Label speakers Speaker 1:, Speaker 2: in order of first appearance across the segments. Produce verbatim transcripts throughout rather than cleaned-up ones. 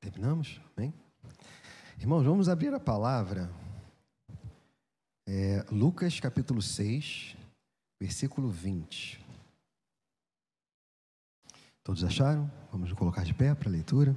Speaker 1: Terminamos? Bem? Irmãos, vamos abrir a palavra. É, Lucas capítulo seis, versículo vinte. Todos acharam? Vamos nos colocar de pé para a leitura.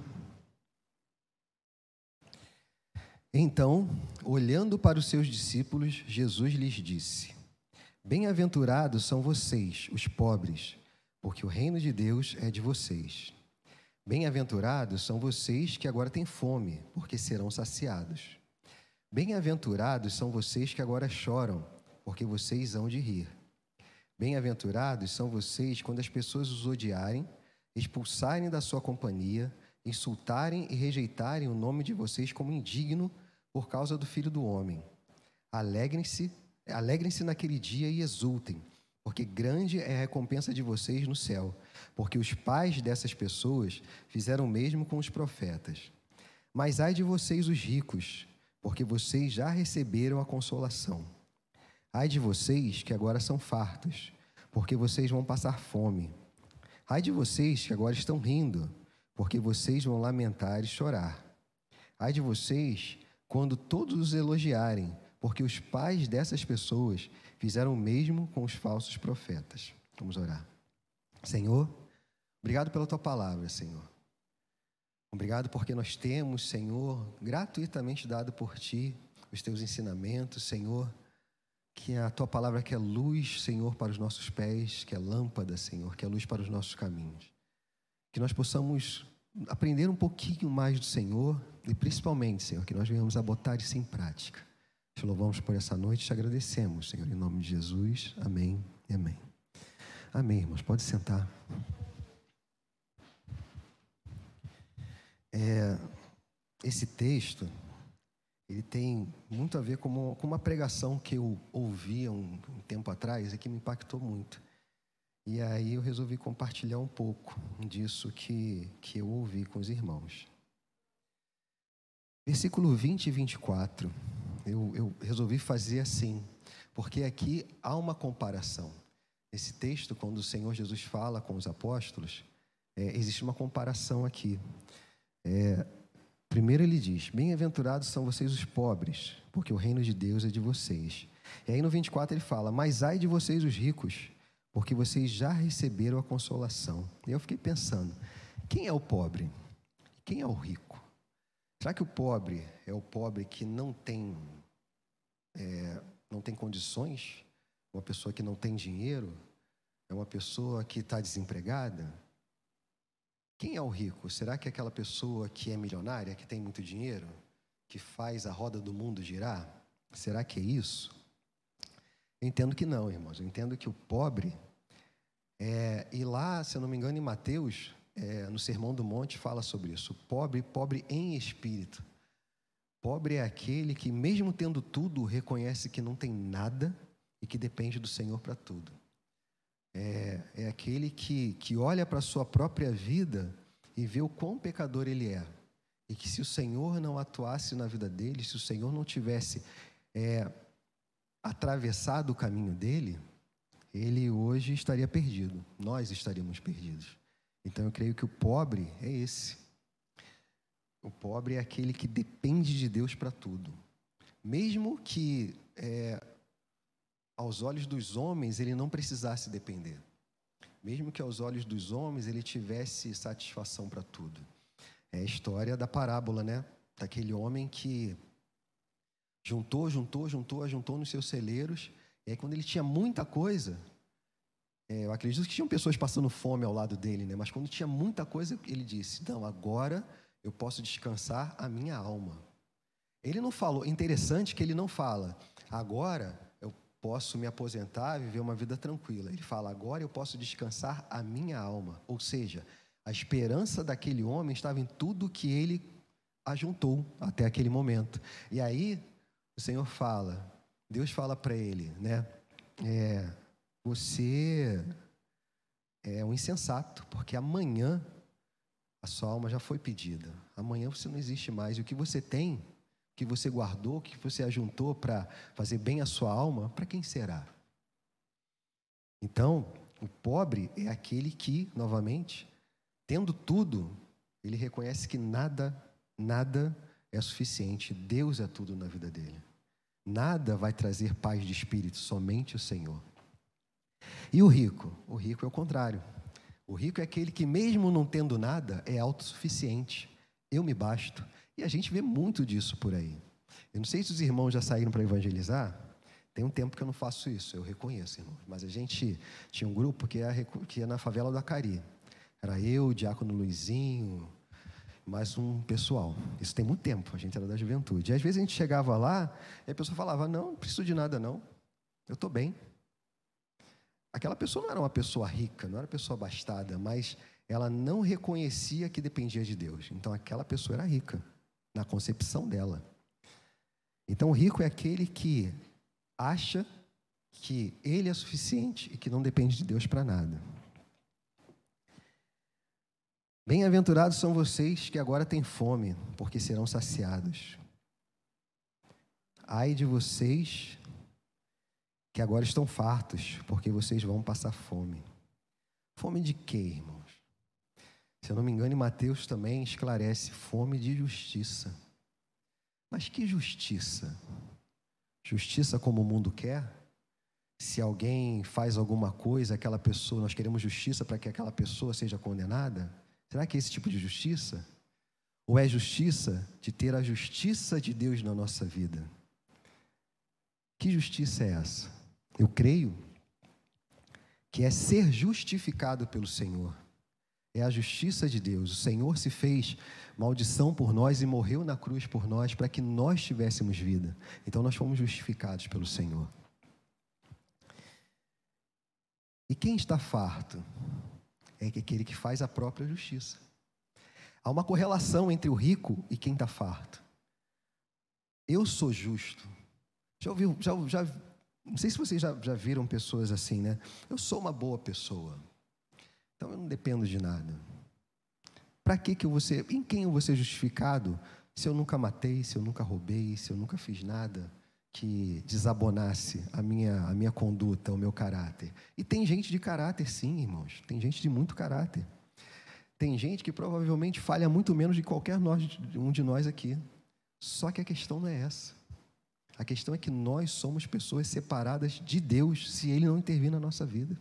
Speaker 1: Então, olhando para os seus discípulos, Jesus lhes disse: Bem-aventurados são vocês, os pobres, porque o reino de Deus é de vocês. Bem-aventurados são vocês que agora têm fome, porque serão saciados. Bem-aventurados são vocês que agora choram, porque vocês hão de rir. Bem-aventurados são vocês quando as pessoas os odiarem, expulsarem da sua companhia, insultarem e rejeitarem o nome de vocês como indigno por causa do Filho do Homem. Alegrem-se, alegrem-se naquele dia e exultem, porque grande é a recompensa de vocês no céu, porque os pais dessas pessoas fizeram o mesmo com os profetas. Mas ai de vocês, os ricos, porque vocês já receberam a consolação. Ai de vocês que agora são fartos, porque vocês vão passar fome. Ai de vocês que agora estão rindo, porque vocês vão lamentar e chorar. Ai de vocês quando todos os elogiarem, porque os pais dessas pessoas fizeram o mesmo com os falsos profetas. Vamos orar. Senhor, obrigado pela Tua palavra, Senhor. Obrigado porque nós temos, Senhor, gratuitamente dado por Ti, os Teus ensinamentos, Senhor, que a Tua palavra que é luz, Senhor, para os nossos pés, que é lâmpada, Senhor, que é luz para os nossos caminhos. Que nós possamos aprender um pouquinho mais do Senhor e principalmente, Senhor, que nós venhamos a botar isso em prática. Te louvamos por essa noite e te agradecemos, Senhor, em nome de Jesus. Amém e amém. Amém, irmãos. Pode sentar. É, esse texto, ele tem muito a ver com uma, com uma pregação que eu ouvi há um, um tempo atrás e que me impactou muito. E aí eu resolvi compartilhar um pouco disso que, que eu ouvi com os irmãos. Versículo vinte e vinte e quatro, eu, eu resolvi fazer assim, porque aqui há uma comparação. Nesse texto, quando o Senhor Jesus fala com os apóstolos, é, existe uma comparação aqui. É, primeiro ele diz: Bem-aventurados são vocês os pobres, porque o reino de Deus é de vocês. E aí no vinte e quatro ele fala: Mas ai de vocês os ricos, porque vocês já receberam a consolação. E eu fiquei pensando, quem é o pobre? Quem é o rico? Será que o pobre é o pobre que não tem, é, não tem condições? Uma pessoa que não tem dinheiro? É uma pessoa que está desempregada? Quem é o rico? Será que é aquela pessoa que é milionária, que tem muito dinheiro? Que faz a roda do mundo girar? Será que é isso? Eu entendo que não, irmãos. Eu entendo que o pobre, é, e lá, se eu não me engano, em Mateus, é, no Sermão do Monte, fala sobre isso. Pobre, pobre em espírito. Pobre é aquele que, mesmo tendo tudo, reconhece que não tem nada e que depende do Senhor para tudo. É, é aquele que, que olha para a sua própria vida e vê o quão pecador ele é. E que se o Senhor não atuasse na vida dele, se o Senhor não tivesse é, atravessado o caminho dele, ele hoje estaria perdido. Nós estaríamos perdidos. Então eu creio que o pobre é esse. O pobre é aquele que depende de Deus para tudo. Mesmo que é, aos olhos dos homens ele não precisasse depender. Mesmo que aos olhos dos homens ele tivesse satisfação para tudo. É a história da parábola, né? Daquele homem que juntou, juntou, juntou, juntou nos seus celeiros. E aí quando ele tinha muita coisa, é, eu acredito que tinham pessoas passando fome ao lado dele, né? Mas quando tinha muita coisa, ele disse: não, agora eu posso descansar a minha alma. Ele não falou, interessante que ele não fala, agora eu posso me aposentar e viver uma vida tranquila. Ele fala, agora eu posso descansar a minha alma. Ou seja, a esperança daquele homem estava em tudo que ele ajuntou até aquele momento. E aí o Senhor fala, Deus fala para ele, né? É, você é um insensato, porque amanhã a sua alma já foi pedida. Amanhã você não existe mais. E o que você tem, o que você guardou, o que você ajuntou para fazer bem a sua alma, para quem será? Então, o pobre é aquele que, novamente, tendo tudo, ele reconhece que nada nada é suficiente. Deus é tudo na vida dele. Nada vai trazer paz de espírito, somente o Senhor. E o rico? O rico é o contrário. O rico é aquele que, mesmo não tendo nada, é autossuficiente. Eu me basto. E a gente vê muito disso por aí. Eu não sei se os irmãos já saíram para evangelizar. Tem um tempo que eu não faço isso, eu reconheço, irmão. Mas a gente tinha um grupo que ia, que ia na favela do Acari. Era eu, o diácono Luizinho, mais um pessoal. Isso tem muito tempo, a gente era da juventude. E às vezes a gente chegava lá e a pessoa falava, não, não preciso de nada não, eu estou bem. Aquela pessoa não era uma pessoa rica, não era uma pessoa abastada, mas ela não reconhecia que dependia de Deus. Então aquela pessoa era rica, na concepção dela. Então o rico é aquele que acha que ele é suficiente e que não depende de Deus para nada. Bem-aventurados são vocês que agora têm fome, porque serão saciados. Ai de vocês que agora estão fartos, porque vocês vão passar fome. Fome de quê, irmãos? Se eu não me engano, em Mateus também esclarece fome de justiça. Mas que justiça? Justiça como o mundo quer? Se alguém faz alguma coisa, aquela pessoa, nós queremos justiça para que aquela pessoa seja condenada? Será que é esse tipo de justiça? Ou é justiça de ter a justiça de Deus na nossa vida? Que justiça é essa? Eu creio que é ser justificado pelo Senhor. É a justiça de Deus. O Senhor se fez maldição por nós e morreu na cruz por nós para que nós tivéssemos vida. Então nós fomos justificados pelo Senhor. E quem está farto? É aquele que faz a própria justiça. Há uma correlação entre o rico e quem está farto. Eu sou justo. Já ouviu, já, já, não sei se vocês já, já viram pessoas assim, né? Eu sou uma boa pessoa. Então eu não dependo de nada. Para que que eu vou ser, em quem eu vou ser justificado se eu nunca matei, se eu nunca roubei, se eu nunca fiz nada que desabonasse a minha, a minha conduta, o meu caráter? E tem gente de caráter sim, irmãos. Tem gente de muito caráter. Tem gente que provavelmente falha muito menos de qualquer nós, um de nós aqui. Só que a questão não é essa. A questão é que nós somos pessoas separadas de Deus se Ele não intervir na nossa vida.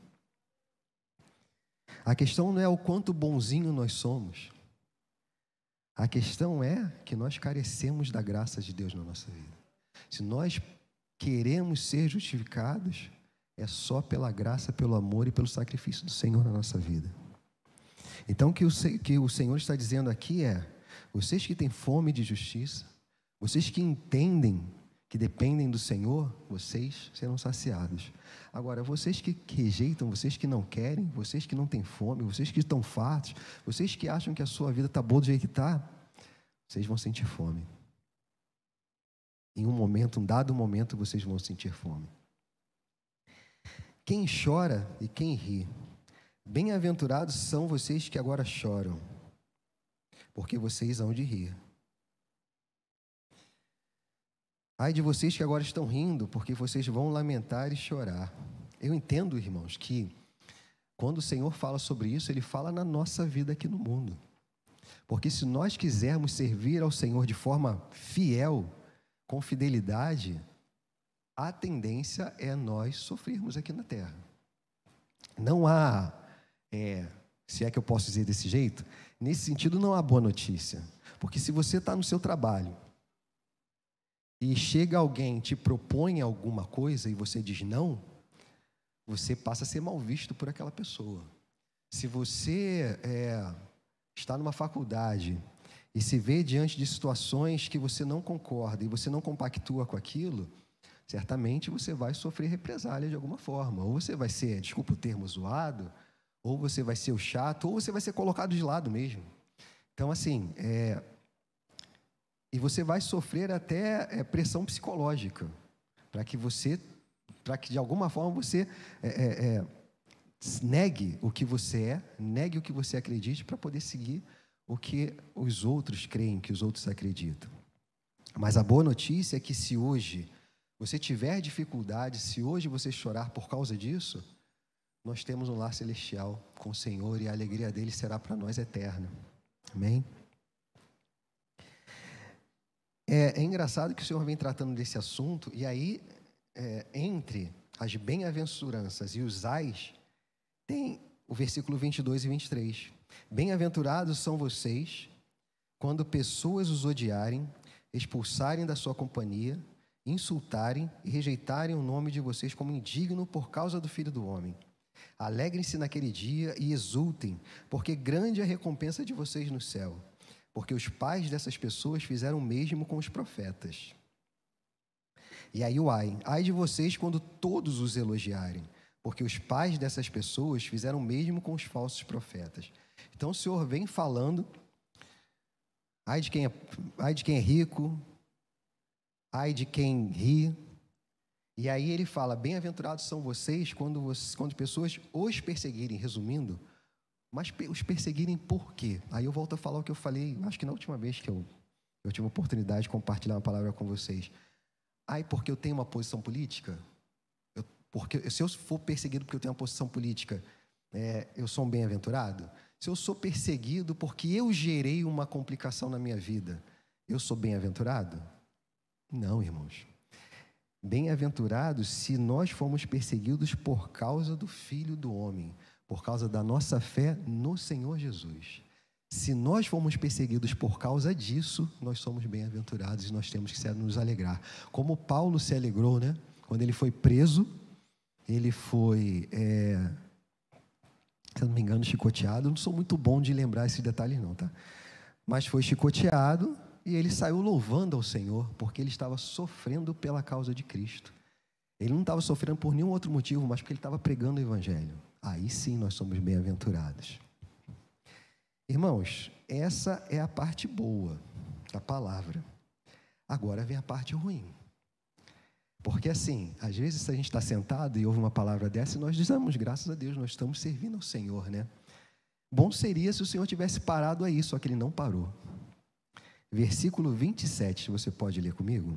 Speaker 1: A questão não é o quanto bonzinho nós somos. A questão é que nós carecemos da graça de Deus na nossa vida. Se nós queremos ser justificados, é só pela graça, pelo amor e pelo sacrifício do Senhor na nossa vida. Então, o que o, que o Senhor está dizendo aqui é: vocês que têm fome de justiça, vocês que entendem que dependem do Senhor, vocês serão saciados. Agora, vocês que rejeitam, vocês que não querem, vocês que não têm fome, vocês que estão fartos, vocês que acham que a sua vida está boa do jeito que está, vocês vão sentir fome. Em um momento, um dado momento, vocês vão sentir fome. Quem chora e quem ri, bem-aventurados são vocês que agora choram, porque vocês hão de rir. Ai de vocês que agora estão rindo, porque vocês vão lamentar e chorar. Eu entendo, irmãos, que quando o Senhor fala sobre isso, Ele fala na nossa vida aqui no mundo. Porque se nós quisermos servir ao Senhor de forma fiel, com fidelidade, a tendência é nós sofrermos aqui na terra. Não há, é, se é que eu posso dizer desse jeito, nesse sentido não há boa notícia. Porque se você está no seu trabalho, e chega alguém, te propõe alguma coisa e você diz não, você passa a ser mal visto por aquela pessoa. Se você é, está numa faculdade e se vê diante de situações que você não concorda e você não compactua com aquilo, certamente você vai sofrer represália de alguma forma. Ou você vai ser, desculpa o termo, zoado, ou você vai ser o chato, ou você vai ser colocado de lado mesmo. Então, assim, é... E você vai sofrer até é, pressão psicológica, para que você, para que de alguma forma você é, é, é, negue o que você é, negue o que você acredite, para poder seguir o que os outros creem, que os outros acreditam. Mas a boa notícia é que se hoje você tiver dificuldade, se hoje você chorar por causa disso, nós temos um lar celestial com o Senhor e a alegria dele será para nós eterna. Amém? É, é engraçado que o Senhor vem tratando desse assunto, e aí, é, entre as bem-aventuranças e os ais, tem o versículo vinte e dois e vinte e três. Bem-aventurados são vocês quando pessoas os odiarem, expulsarem da sua companhia, insultarem e rejeitarem o nome de vocês como indigno por causa do Filho do Homem. Alegrem-se naquele dia e exultem, porque grande é a recompensa de vocês no céu, porque os pais dessas pessoas fizeram o mesmo com os profetas. E aí o ai, ai de vocês quando todos os elogiarem, porque os pais dessas pessoas fizeram o mesmo com os falsos profetas. Então o Senhor vem falando, ai de quem é, ai de quem é rico, ai de quem ri. E aí ele fala, bem-aventurados são vocês quando, vocês, quando pessoas os perseguirem, resumindo, mas os perseguirem por quê? Aí eu volto a falar o que eu falei, acho que na última vez que eu, eu tive a oportunidade de compartilhar uma palavra com vocês. Ai, porque eu tenho uma posição política? Eu, porque, se eu for perseguido porque eu tenho uma posição política, é, eu sou um bem-aventurado? Se eu sou perseguido porque eu gerei uma complicação na minha vida, eu sou bem-aventurado? Não, irmãos. Bem-aventurados se nós fomos perseguidos por causa do Filho do Homem, por causa da nossa fé no Senhor Jesus. Se nós fomos perseguidos por causa disso, nós somos bem-aventurados e nós temos que nos alegrar. Como Paulo se alegrou, né? Quando ele foi preso, ele foi, é, se eu não me engano, chicoteado. Eu não sou muito bom de lembrar esses detalhes não, tá? Mas foi chicoteado. E ele saiu louvando ao Senhor, porque ele estava sofrendo pela causa de Cristo. Ele não estava sofrendo por nenhum outro motivo, mas porque ele estava pregando o Evangelho. Aí sim nós somos bem-aventurados. Irmãos, essa é a parte boa da palavra. Agora vem a parte ruim. Porque assim, às vezes a gente está sentado e ouve uma palavra dessa e nós dizemos, graças a Deus, nós estamos servindo ao Senhor, né? Bom seria se o Senhor tivesse parado aí, só que Ele não parou. Versículo vinte e sete, você pode ler comigo?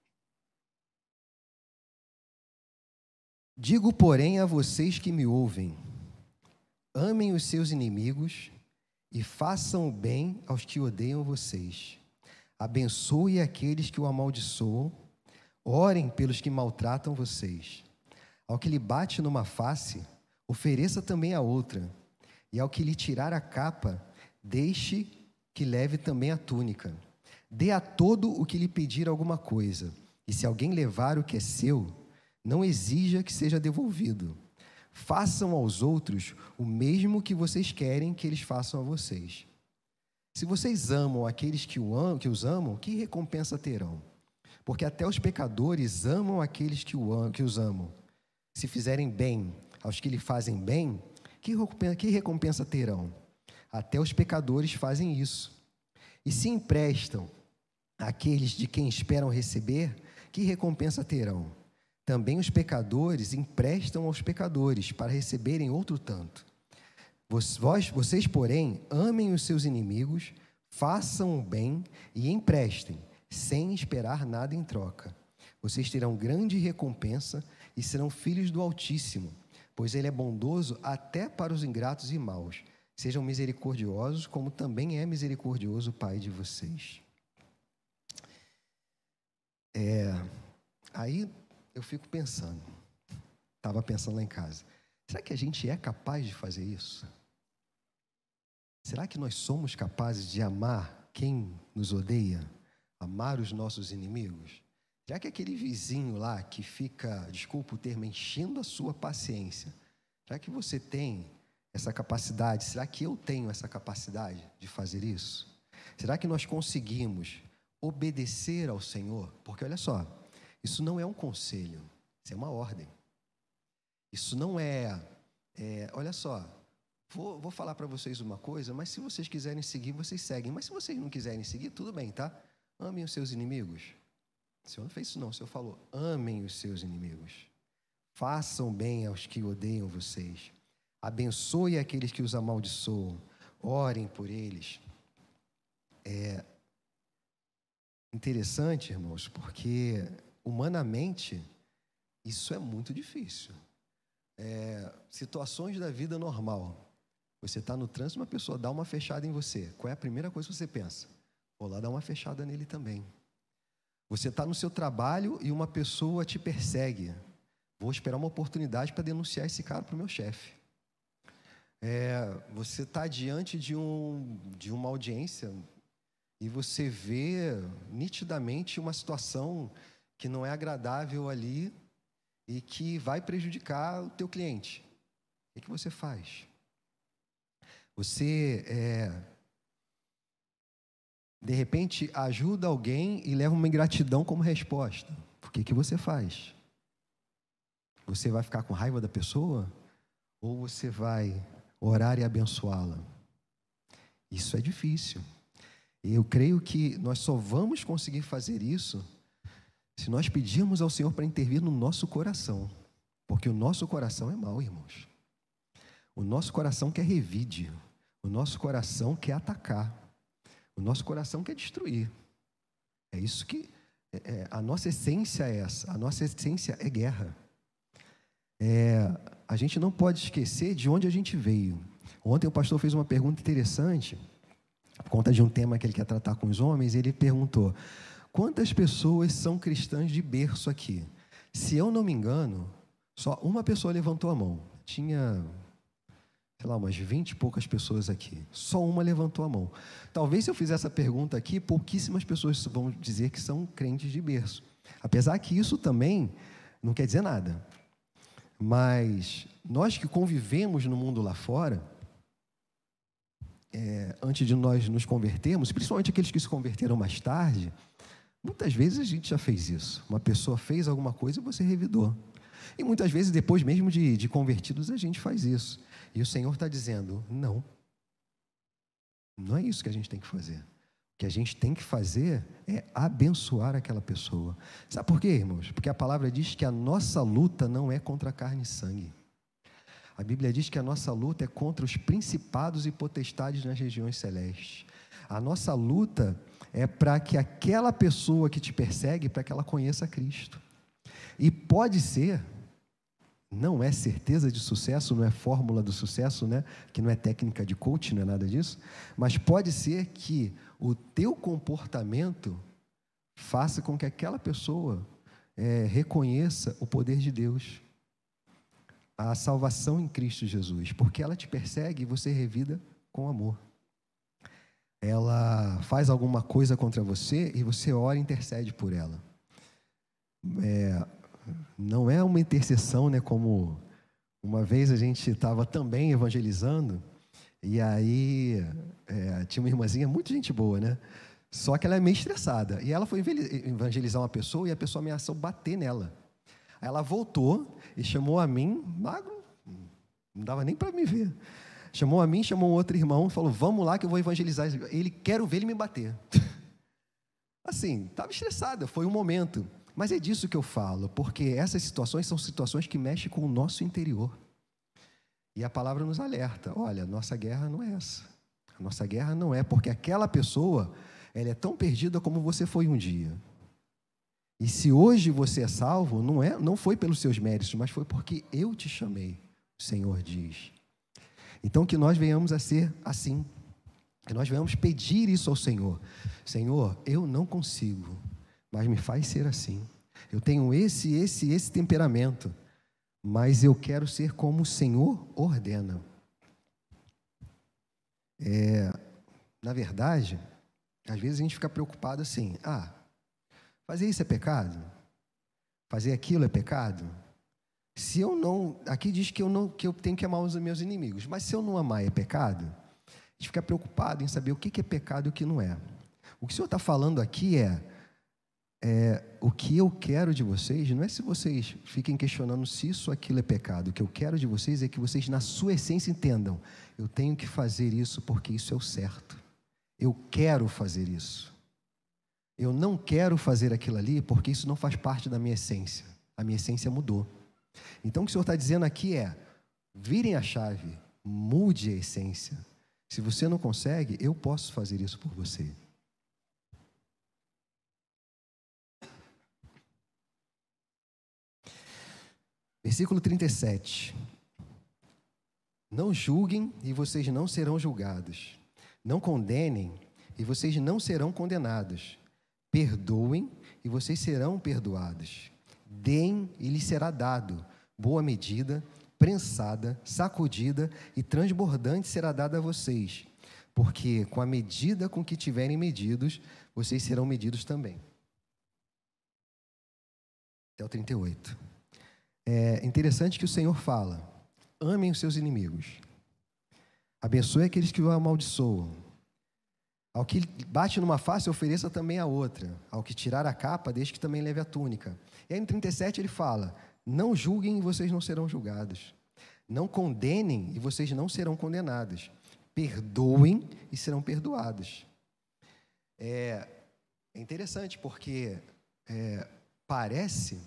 Speaker 1: Digo, porém, a vocês que me ouvem, amem os seus inimigos e façam o bem aos que odeiam vocês. Abençoe aqueles que o amaldiçoam, orem pelos que maltratam vocês. Ao que lhe bate numa face, ofereça também a outra, e ao que lhe tirar a capa, deixe que leve também a túnica. Dê a todo o que lhe pedir alguma coisa, e se alguém levar o que é seu, não exija que seja devolvido. Façam aos outros o mesmo que vocês querem que eles façam a vocês. Se vocês amam aqueles que, o am, que os amam, que recompensa terão? Porque até os pecadores amam aqueles que, o am, que os amam. Se fizerem bem aos que lhe fazem bem, que recompensa, que recompensa terão? Até os pecadores fazem isso. E se emprestam àqueles de quem esperam receber, que recompensa terão? Também os pecadores emprestam aos pecadores para receberem outro tanto. Vós, vocês, porém, amem os seus inimigos, façam o bem e emprestem, sem esperar nada em troca. Vocês terão grande recompensa e serão filhos do Altíssimo, pois Ele é bondoso até para os ingratos e maus. Sejam misericordiosos, como também é misericordioso o Pai de vocês. É, aí eu fico pensando, estava pensando lá em casa, será que a gente é capaz de fazer isso? Será que nós somos capazes de amar quem nos odeia? Amar os nossos inimigos? Será que aquele vizinho lá que fica, desculpa o termo, enchendo a sua paciência, será que você tem essa capacidade? Será que eu tenho essa capacidade de fazer isso? Será que nós conseguimos obedecer ao Senhor? Porque olha só, isso não é um conselho, isso é uma ordem. Isso não é, é olha só, vou, vou falar para vocês uma coisa, mas se vocês quiserem seguir, vocês seguem. Mas se vocês não quiserem seguir, tudo bem, tá? Amem os seus inimigos. O Senhor não fez isso não, o Senhor falou, amem os seus inimigos. Façam bem aos que odeiam vocês. Abençoe aqueles que os amaldiçoam. Orem por eles. É interessante, irmãos, porque humanamente isso é muito difícil. É, situações da vida normal. Você está no trânsito, uma pessoa dá uma fechada em você. Qual é a primeira coisa que você pensa? Vou lá dar uma fechada nele também. Você está no seu trabalho e uma pessoa te persegue. Vou esperar uma oportunidade para denunciar esse cara para o meu chefe. É, você está diante de, um, de uma audiência e você vê nitidamente uma situação que não é agradável ali e que vai prejudicar o teu cliente. O que, que você faz? Você, é, de repente, ajuda alguém e leva uma ingratidão como resposta. O que, que você faz? Você vai ficar com raiva da pessoa? Ou você vai orar e abençoá-la? Isso é difícil. Eu creio que nós só vamos conseguir fazer isso se nós pedirmos ao Senhor para intervir no nosso coração. Porque o nosso coração é mau, irmãos. O nosso coração quer revide. O nosso coração quer atacar. O nosso coração quer destruir. É isso que... É, é, a nossa essência é essa. A nossa essência é guerra. É, a gente não pode esquecer de onde a gente veio. Ontem o pastor fez uma pergunta interessante, por conta de um tema que ele quer tratar com os homens. Ele perguntou: quantas pessoas são cristãs de berço aqui? Se eu não me engano, só uma pessoa levantou a mão. Tinha, sei lá, umas vinte e poucas pessoas aqui. Só uma levantou a mão. Talvez se eu fizer essa pergunta aqui, pouquíssimas pessoas vão dizer que são crentes de berço. Apesar que isso também não quer dizer nada. Mas nós que convivemos no mundo lá fora, é, antes de nós nos convertermos, principalmente aqueles que se converteram mais tarde, muitas vezes a gente já fez isso. Uma pessoa fez alguma coisa e você revidou. E muitas vezes, depois mesmo de, de convertidos, a gente faz isso. E o Senhor está dizendo: não, não é isso que a gente tem que fazer. O que a gente tem que fazer é abençoar aquela pessoa. Sabe por quê, irmãos? Porque a palavra diz que a nossa luta não é contra carne e sangue. A Bíblia diz que a nossa luta é contra os principados e potestades nas regiões celestes. A nossa luta é para que aquela pessoa que te persegue, para que ela conheça Cristo. E pode ser, não é certeza de sucesso, não é fórmula do sucesso, né? Que não é técnica de coaching, não é nada disso, mas pode ser que o teu comportamento faça com que aquela pessoa é, reconheça o poder de Deus, a salvação em Cristo Jesus, porque ela te persegue e você revida com amor. Ela faz alguma coisa contra você e você ora e intercede por ela. É, não é uma intercessão, né, como uma vez a gente estava também evangelizando, e aí é, tinha uma irmãzinha, muito gente boa, né? Só que ela é meio estressada. E ela foi evangelizar uma pessoa e a pessoa ameaçou bater nela. Aí ela voltou e chamou a mim, magro, não dava nem para me ver. Chamou a mim, chamou um outro irmão, falou: vamos lá que eu vou evangelizar. Ele, quero ver ele me bater. Assim, estava estressada, foi um momento. Mas é disso que eu falo, porque essas situações são situações que mexem com o nosso interior. E a palavra nos alerta: olha, nossa guerra não é essa. A nossa guerra não é, porque aquela pessoa, ela é tão perdida como você foi um dia. E se hoje você é salvo, não, é, não foi pelos seus méritos, mas foi porque eu te chamei, o Senhor diz. Então que nós venhamos a ser assim, que nós venhamos pedir isso ao Senhor. Senhor, eu não consigo, mas me faz ser assim. Eu tenho esse, esse, esse temperamento, mas eu quero ser como o Senhor ordena. É, na verdade, às vezes a gente fica preocupado assim: ah, fazer isso é pecado? Fazer aquilo é pecado? Se eu não, aqui diz que eu, não, que eu tenho que amar os meus inimigos, mas se eu não amar é pecado? A gente fica preocupado em saber o que é pecado e o que não é. O que o Senhor está falando aqui é, é, o que eu quero de vocês, não é se vocês fiquem questionando se isso ou aquilo é pecado. O que eu quero de vocês é que vocês, na sua essência, entendam: eu tenho que fazer isso porque isso é o certo. Eu quero fazer isso. Eu não quero fazer aquilo ali porque isso não faz parte da minha essência. A minha essência mudou. Então, o que o Senhor está dizendo aqui é: virem a chave, mude a essência. Se você não consegue, eu posso fazer isso por você. Versículo trinta e sete. Não julguem e vocês não serão julgados. Não condenem e vocês não serão condenados. Perdoem e vocês serão perdoados. Deem e lhes será dado. Boa medida, prensada, sacudida e transbordante será dada a vocês. Porque com a medida com que tiverem medidos, vocês serão medidos também. Até o trinta e oito. É interessante que o Senhor fala: amem os seus inimigos. Abençoe aqueles que o amaldiçoam. Ao que bate numa face, ofereça também a outra. Ao que tirar a capa, deixe que também leve a túnica. E aí no trinta e sete ele fala: não julguem e vocês não serão julgados. Não condenem e vocês não serão condenados. Perdoem e serão perdoados. É, é interessante porque é, parece,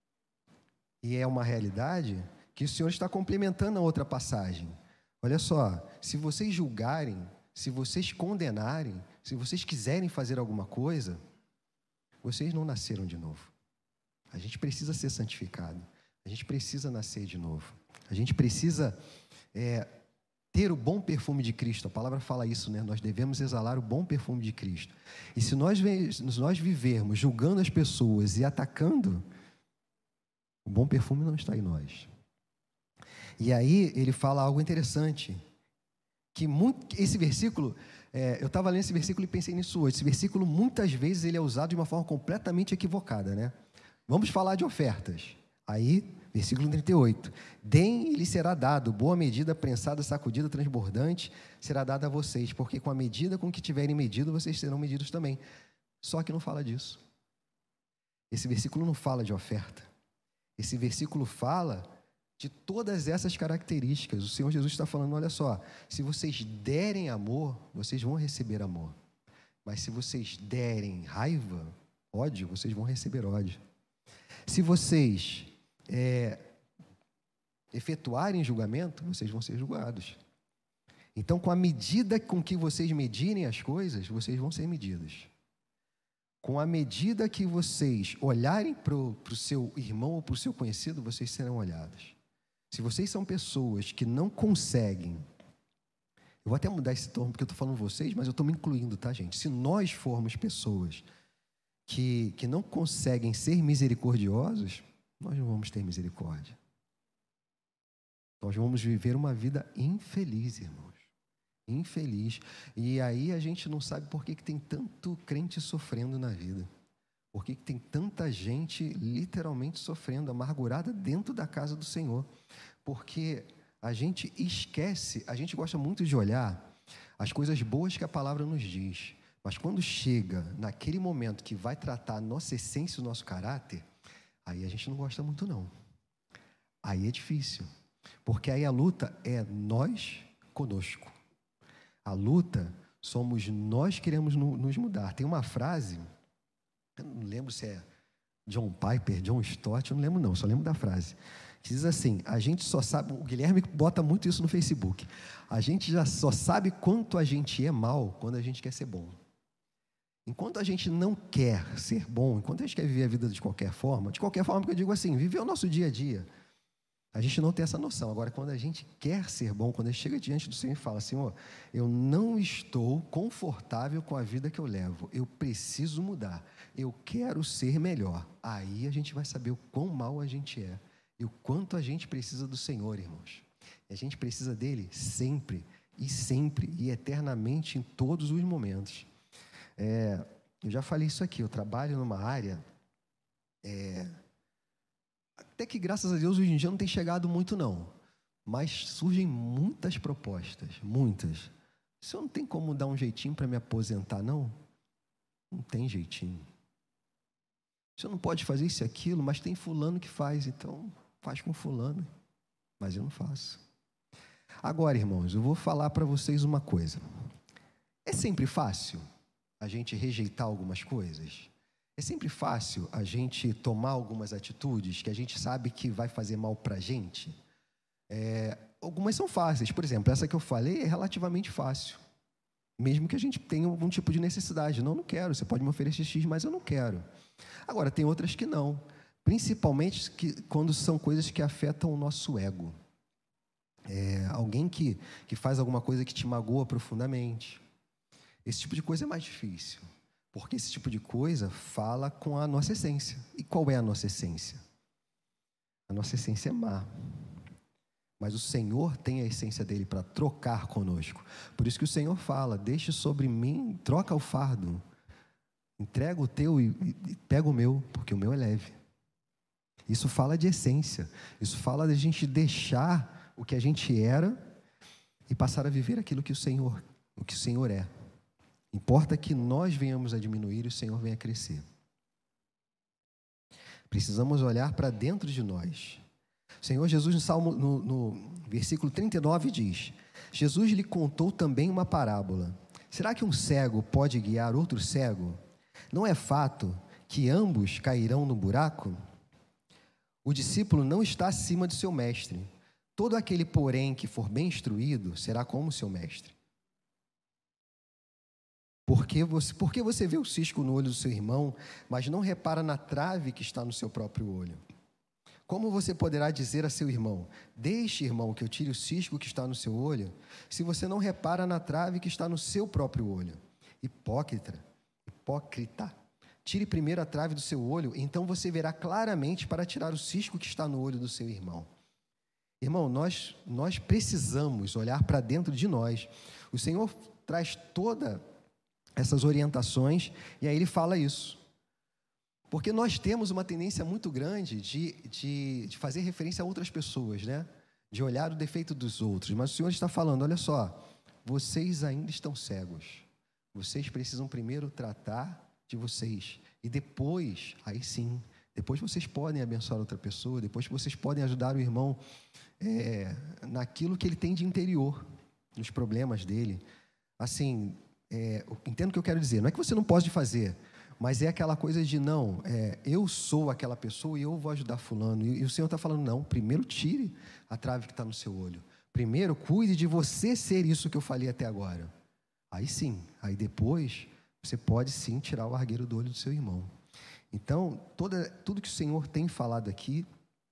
Speaker 1: e é uma realidade, que o Senhor está complementando a outra passagem. Olha só, se vocês julgarem, se vocês condenarem, se vocês quiserem fazer alguma coisa, vocês não nasceram de novo. A gente precisa ser santificado. A gente precisa nascer de novo. A gente precisa é, ter o bom perfume de Cristo. A palavra fala isso, né? Nós devemos exalar o bom perfume de Cristo. E se nós, se nós vivermos julgando as pessoas e atacando, o bom perfume não está em nós. E aí ele fala algo interessante. Que muito, esse versículo, é, eu estava lendo esse versículo e pensei nisso hoje. Esse versículo, muitas vezes, ele é usado de uma forma completamente equivocada, né? Vamos falar de ofertas. Aí, versículo trinta e oito. Deem e lhes será dado, boa medida, prensada, sacudida, transbordante, será dada a vocês, porque com a medida com que tiverem medido, vocês serão medidos também. Só que não fala disso. Esse versículo não fala de oferta. Esse versículo fala de todas essas características. O Senhor Jesus está falando: olha só, se vocês derem amor, vocês vão receber amor. Mas se vocês derem raiva, ódio, vocês vão receber ódio. Se vocês é, efetuarem julgamento, vocês vão ser julgados. Então, com a medida com que vocês medirem as coisas, vocês vão ser medidos. Com a medida que vocês olharem para o seu irmão ou para o seu conhecido, vocês serão olhados. Se vocês são pessoas que não conseguem, eu vou até mudar esse termo porque eu estou falando vocês, mas eu estou me incluindo, tá, gente? Se nós formos pessoas que, que não conseguem ser misericordiosos, nós não vamos ter misericórdia. Nós vamos viver uma vida infeliz, irmãos. Infeliz. E aí a gente não sabe por que, que tem tanto crente sofrendo na vida. Por que, que tem tanta gente literalmente sofrendo, amargurada dentro da casa do Senhor? Porque a gente esquece, a gente gosta muito de olhar as coisas boas que a palavra nos diz, mas quando chega naquele momento que vai tratar a nossa essência, o nosso caráter, aí a gente não gosta muito não. Aí é difícil, porque aí a luta é nós conosco. A luta somos nós que queremos nos mudar. Tem uma frase, eu não lembro se é John Piper, John Stott, eu não lembro não, só lembro da frase, que diz assim: a gente só sabe, o Guilherme bota muito isso no Facebook, a gente já só sabe quanto a gente é mal quando a gente quer ser bom. Enquanto a gente não quer ser bom, enquanto a gente quer viver a vida de qualquer forma, de qualquer forma que eu digo assim, viver o nosso dia a dia, a gente não tem essa noção. Agora, quando a gente quer ser bom, quando a gente chega diante do Senhor e fala: Senhor, eu não estou confortável com a vida que eu levo, eu preciso mudar, eu quero ser melhor. Aí a gente vai saber o quão mal a gente é e o quanto a gente precisa do Senhor, irmãos. E a gente precisa dele sempre, e sempre, e eternamente, em todos os momentos. É, eu já falei isso aqui, eu trabalho numa área... É, até que, graças a Deus, hoje em dia não tem chegado muito, não. Mas surgem muitas propostas, muitas. O senhor não tem como dar um jeitinho para me aposentar, não? Não tem jeitinho. O senhor não pode fazer isso e aquilo, mas tem fulano que faz, então faz com fulano. Mas eu não faço. Agora, irmãos, eu vou falar para vocês uma coisa. É sempre fácil a gente rejeitar algumas coisas? É sempre fácil a gente tomar algumas atitudes que a gente sabe que vai fazer mal para a gente? É, algumas são fáceis. Por exemplo, essa que eu falei é relativamente fácil. Mesmo que a gente tenha algum tipo de necessidade. Não, não quero. Você pode me oferecer X, mas eu não quero. Agora, tem outras que não. Principalmente que, quando são coisas que afetam o nosso ego. É, alguém que, que faz alguma coisa que te magoa profundamente. Esse tipo de coisa é mais difícil. Porque esse tipo de coisa fala com a nossa essência. E qual é a nossa essência? A nossa essência é má. Mas o Senhor tem a essência dele para trocar conosco. Por isso que o Senhor fala, deixe sobre mim, troca o fardo. Entrega o teu e, e pega o meu, porque o meu é leve. Isso fala de essência. Isso fala de a gente deixar o que a gente era e passar a viver aquilo que o Senhor, o que o Senhor é. Importa que nós venhamos a diminuir e o Senhor venha a crescer. Precisamos olhar para dentro de nós. O Senhor Jesus, no, Salmo, no, no versículo trinta e nove, diz: Jesus lhe contou também uma parábola. Será que um cego pode guiar outro cego? Não é fato que ambos cairão no buraco? O discípulo não está acima de seu mestre. Todo aquele, porém, que for bem instruído, será como seu mestre. Por que você, por que você vê o cisco no olho do seu irmão, mas não repara na trave que está no seu próprio olho? Como você poderá dizer a seu irmão: deixe, irmão, que eu tire o cisco que está no seu olho, se você não repara na trave que está no seu próprio olho? Hipócrita, hipócrita, tire primeiro a trave do seu olho, então você verá claramente para tirar o cisco que está no olho do seu irmão. Irmão, nós, nós precisamos olhar para dentro de nós. O Senhor traz todas essas orientações e aí Ele fala isso. Porque nós temos uma tendência muito grande de, de, de fazer referência a outras pessoas, né? De olhar o defeito dos outros. Mas o Senhor está falando, olha só, vocês ainda estão cegos. Vocês precisam primeiro tratar de vocês. E depois, aí sim, depois vocês podem abençoar outra pessoa, depois vocês podem ajudar o irmão é, naquilo que ele tem de interior, nos problemas dele. Assim, é, entendo o que eu quero dizer. Não é que você não pode fazer, mas é aquela coisa de, não, é, eu sou aquela pessoa e eu vou ajudar fulano. E, e o Senhor está falando, não, primeiro tire a trave que está no seu olho. Primeiro cuide de você ser isso que eu falei até agora. Aí sim, aí depois você pode sim tirar o argueiro do olho do seu irmão. Então, toda, tudo que o Senhor tem falado aqui,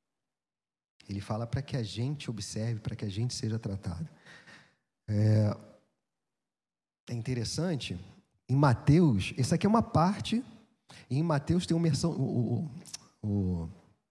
Speaker 1: Ele fala para que a gente observe, para que a gente seja tratado. É, é interessante, em Mateus, essa aqui é uma parte, e em Mateus tem uma versão, o, o, o,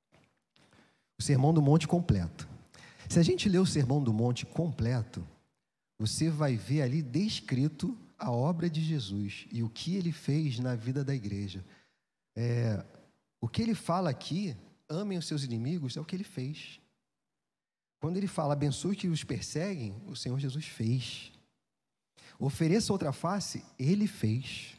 Speaker 1: o Sermão do Monte completo. Se a gente ler o Sermão do Monte completo, você vai ver ali descrito a obra de Jesus e o que Ele fez na vida da igreja. É, o que Ele fala aqui, amem os seus inimigos, é o que Ele fez. Quando Ele fala, abençoe que os perseguem, o Senhor Jesus fez. Ofereça outra face, Ele fez.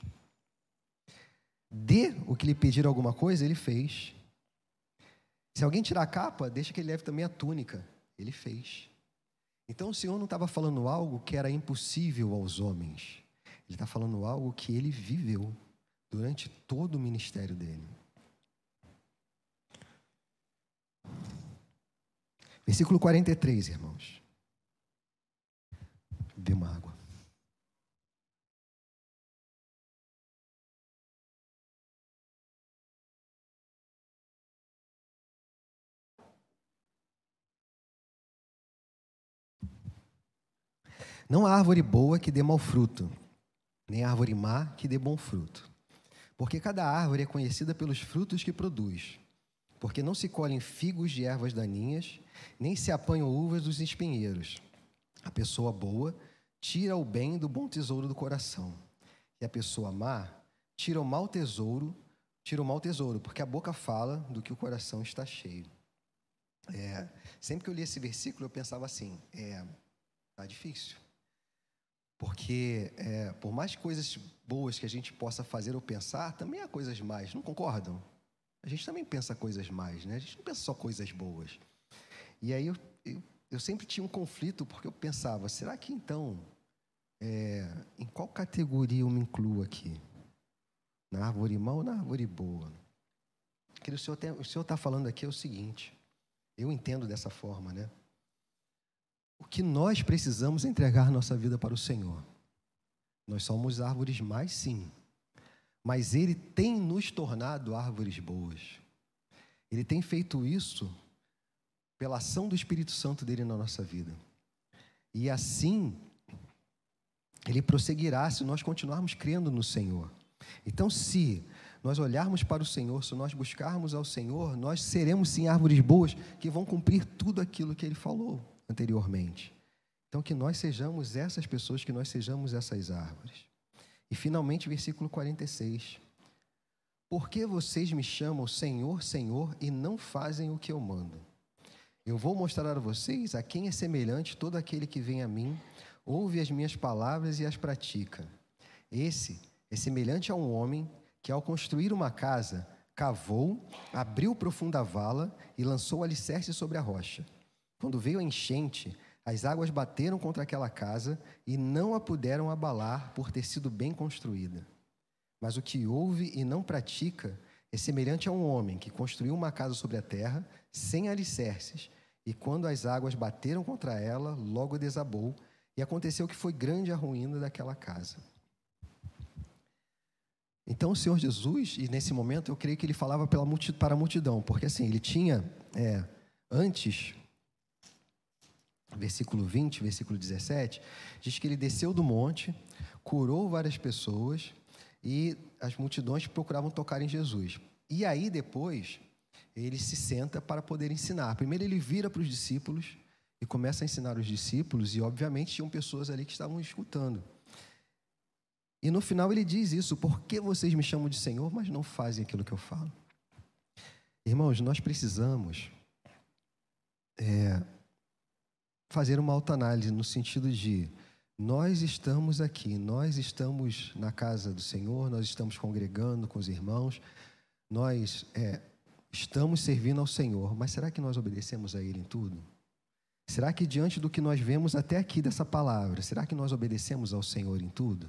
Speaker 1: Dê o que lhe pedir alguma coisa, Ele fez. Se alguém tirar a capa, deixa que ele leve também a túnica, Ele fez. Então o Senhor não estava falando algo que era impossível aos homens. Ele está falando algo que Ele viveu durante todo o ministério dele. Versículo quarenta e três, irmãos. Bebe uma água. Não há árvore boa que dê mau fruto, nem árvore má que dê bom fruto. Porque cada árvore é conhecida pelos frutos que produz. Porque não se colhem figos de ervas daninhas, nem se apanham uvas dos espinheiros. A pessoa boa tira o bem do bom tesouro do coração. E a pessoa má tira o mau tesouro, tira o mau tesouro, porque a boca fala do que o coração está cheio. É, sempre que eu li esse versículo, eu pensava assim, é, tá difícil. Porque, é, por mais coisas boas que a gente possa fazer ou pensar, também há coisas mais, não concordam? A gente também pensa coisas mais, né? A gente não pensa só coisas boas. E aí eu, eu, eu sempre tinha um conflito, porque eu pensava, será que então, é, em qual categoria eu me incluo aqui? Na árvore má ou na árvore boa? O que o Senhor tem, o Senhor está falando aqui é o seguinte, eu entendo dessa forma, né? O que nós precisamos é entregar nossa vida para o Senhor. Nós somos árvores mais, sim. Mas Ele tem nos tornado árvores boas. Ele tem feito isso pela ação do Espírito Santo dele na nossa vida. E assim, Ele prosseguirá se nós continuarmos crendo no Senhor. Então, se nós olharmos para o Senhor, se nós buscarmos ao Senhor, nós seremos sim árvores boas que vão cumprir tudo aquilo que Ele falou anteriormente. Então, que nós sejamos essas pessoas, que nós sejamos essas árvores. E, finalmente, versículo quarenta e seis. Por que vocês me chamam Senhor, Senhor, e não fazem o que eu mando? Eu vou mostrar a vocês a quem é semelhante todo aquele que vem a mim, ouve as minhas palavras e as pratica. Esse é semelhante a um homem que, ao construir uma casa, cavou, abriu profunda vala e lançou o alicerce sobre a rocha. Quando veio a enchente, as águas bateram contra aquela casa e não a puderam abalar por ter sido bem construída. Mas o que ouve e não pratica é semelhante a um homem que construiu uma casa sobre a terra, sem alicerces, e quando as águas bateram contra ela, logo desabou, e aconteceu que foi grande a ruína daquela casa. Então, o Senhor Jesus, e nesse momento eu creio que ele falava pela multi, para a multidão, porque assim, ele tinha, é, antes, versículo vinte, versículo dezessete, diz que ele desceu do monte, curou várias pessoas, e as multidões procuravam tocar em Jesus. E aí, depois, ele se senta para poder ensinar. Primeiro ele vira para os discípulos e começa a ensinar os discípulos, e obviamente tinham pessoas ali que estavam escutando. E no final ele diz isso: por que vocês me chamam de Senhor, mas não fazem aquilo que eu falo? Irmãos, nós precisamos é, fazer uma autoanálise no sentido de nós estamos aqui, nós estamos na casa do Senhor, nós estamos congregando com os irmãos, nós é, estamos servindo ao Senhor, mas será que nós obedecemos a Ele em tudo? Será que diante do que nós vemos até aqui dessa palavra, será que nós obedecemos ao Senhor em tudo?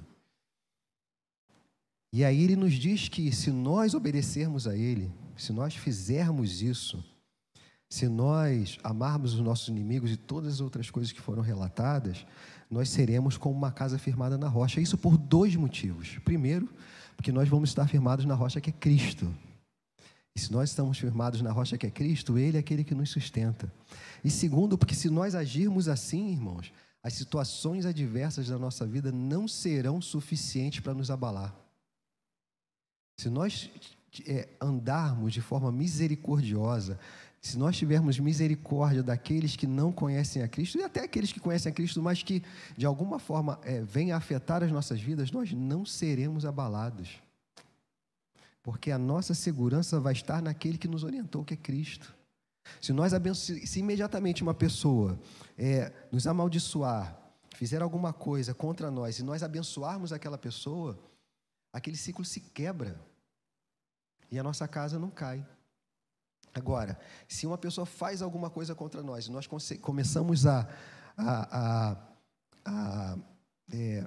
Speaker 1: E aí ele nos diz que se nós obedecermos a Ele, se nós fizermos isso, se nós amarmos os nossos inimigos e todas as outras coisas que foram relatadas, nós seremos como uma casa firmada na rocha. Isso por dois motivos. Primeiro, porque nós vamos estar firmados na rocha que é Cristo. E se nós estamos firmados na rocha que é Cristo, Ele é aquele que nos sustenta. E segundo, porque se nós agirmos assim, irmãos, as situações adversas da nossa vida não serão suficientes para nos abalar. Se nós é, andarmos de forma misericordiosa, se nós tivermos misericórdia daqueles que não conhecem a Cristo, e até aqueles que conhecem a Cristo, mas que de alguma forma é, venham a afetar as nossas vidas, nós não seremos abalados. Porque a nossa segurança vai estar naquele que nos orientou, que é Cristo. Se nós abenço... se imediatamente uma pessoa é, nos amaldiçoar, fizer alguma coisa contra nós, e nós abençoarmos aquela pessoa, aquele ciclo se quebra e a nossa casa não cai. Agora, se uma pessoa faz alguma coisa contra nós e nós começamos a, a, a, a, é,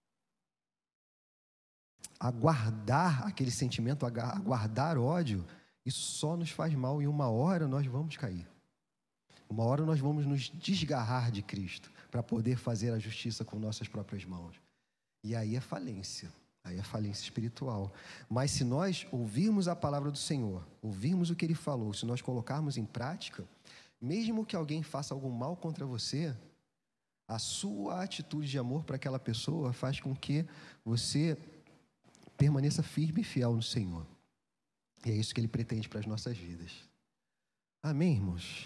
Speaker 1: a guardar aquele sentimento, a guardar ódio, isso só nos faz mal e uma hora nós vamos cair. Uma hora nós vamos nos desgarrar de Cristo para poder fazer a justiça com nossas próprias mãos. E aí é falência. Aí é falência espiritual. Mas se nós ouvirmos a palavra do Senhor, ouvirmos o que Ele falou, se nós colocarmos em prática, mesmo que alguém faça algum mal contra você, a sua atitude de amor para aquela pessoa faz com que você permaneça firme e fiel no Senhor. E é isso que Ele pretende para as nossas vidas. Amém, irmãos?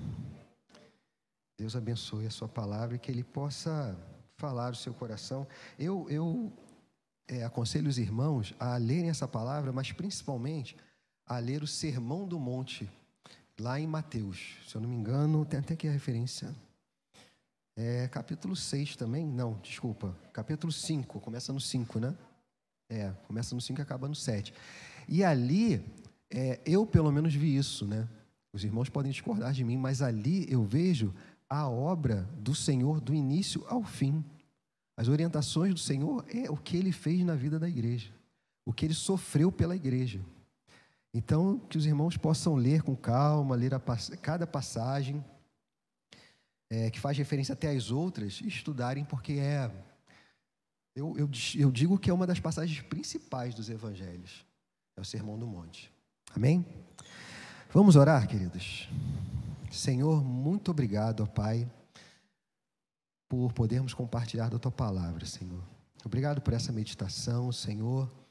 Speaker 1: Deus abençoe a sua palavra e que Ele possa falar o seu coração. Eu... eu É, aconselho os irmãos a lerem essa palavra, mas principalmente a ler o Sermão do Monte, lá em Mateus. Se eu não me engano, tem até aqui a referência. É capítulo seis também? Não, desculpa. Capítulo cinco, começa no cinco, né? É, começa no cinco e acaba no sete. E ali, é, eu pelo menos vi isso, né? Os irmãos podem discordar de mim, mas ali eu vejo a obra do Senhor do início ao fim. As orientações do Senhor é o que Ele fez na vida da igreja, o que Ele sofreu pela igreja. Então, que os irmãos possam ler com calma, ler a, cada passagem, é, que faz referência até às outras, e estudarem, porque é, eu, eu, eu digo que é uma das passagens principais dos evangelhos, é o Sermão do Monte. Amém? Vamos orar, queridos? Senhor, muito obrigado, ó Pai, por podermos compartilhar da Tua palavra, Senhor. Obrigado por essa meditação, Senhor.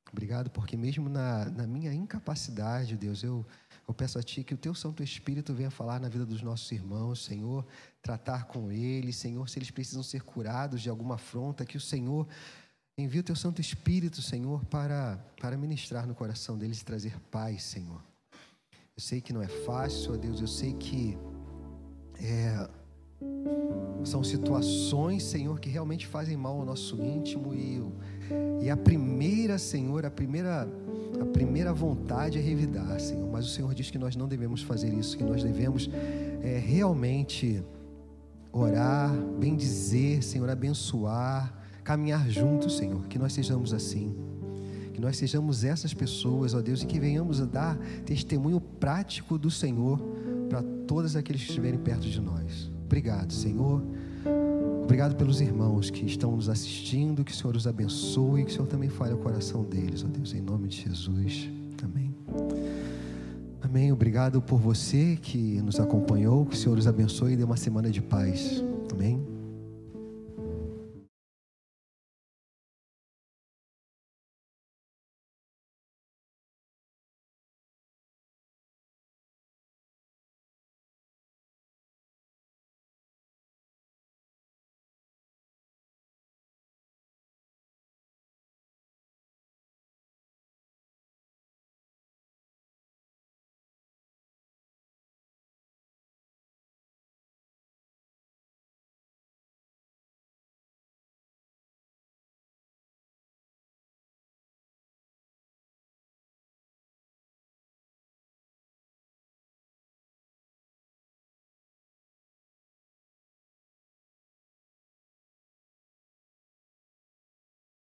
Speaker 1: Obrigado porque mesmo na, na minha incapacidade, Deus, eu, eu peço a Ti que o Teu Santo Espírito venha falar na vida dos nossos irmãos, Senhor, tratar com eles, Senhor, se eles precisam ser curados de alguma afronta, que o Senhor envie o Teu Santo Espírito, Senhor, para, para ministrar no coração deles e trazer paz, Senhor. Eu sei que não é fácil, ó Deus, eu sei que é, são situações, Senhor, que realmente fazem mal ao nosso íntimo e, e a primeira, Senhor, a primeira, a primeira vontade é revidar, Senhor, mas o Senhor diz que nós não devemos fazer isso, que nós devemos é, realmente orar, bendizer, Senhor, abençoar, caminhar juntos, Senhor, que nós sejamos assim, que nós sejamos essas pessoas, ó Deus, e que venhamos a dar testemunho prático do Senhor para todos aqueles que estiverem perto de nós. Obrigado, Senhor. Obrigado pelos irmãos que estão nos assistindo, que o Senhor os abençoe, que o Senhor também fale ao coração deles, ó Deus, em nome de Jesus. Amém. Amém. Obrigado por você que nos acompanhou, que o Senhor os abençoe e dê uma semana de paz. Amém.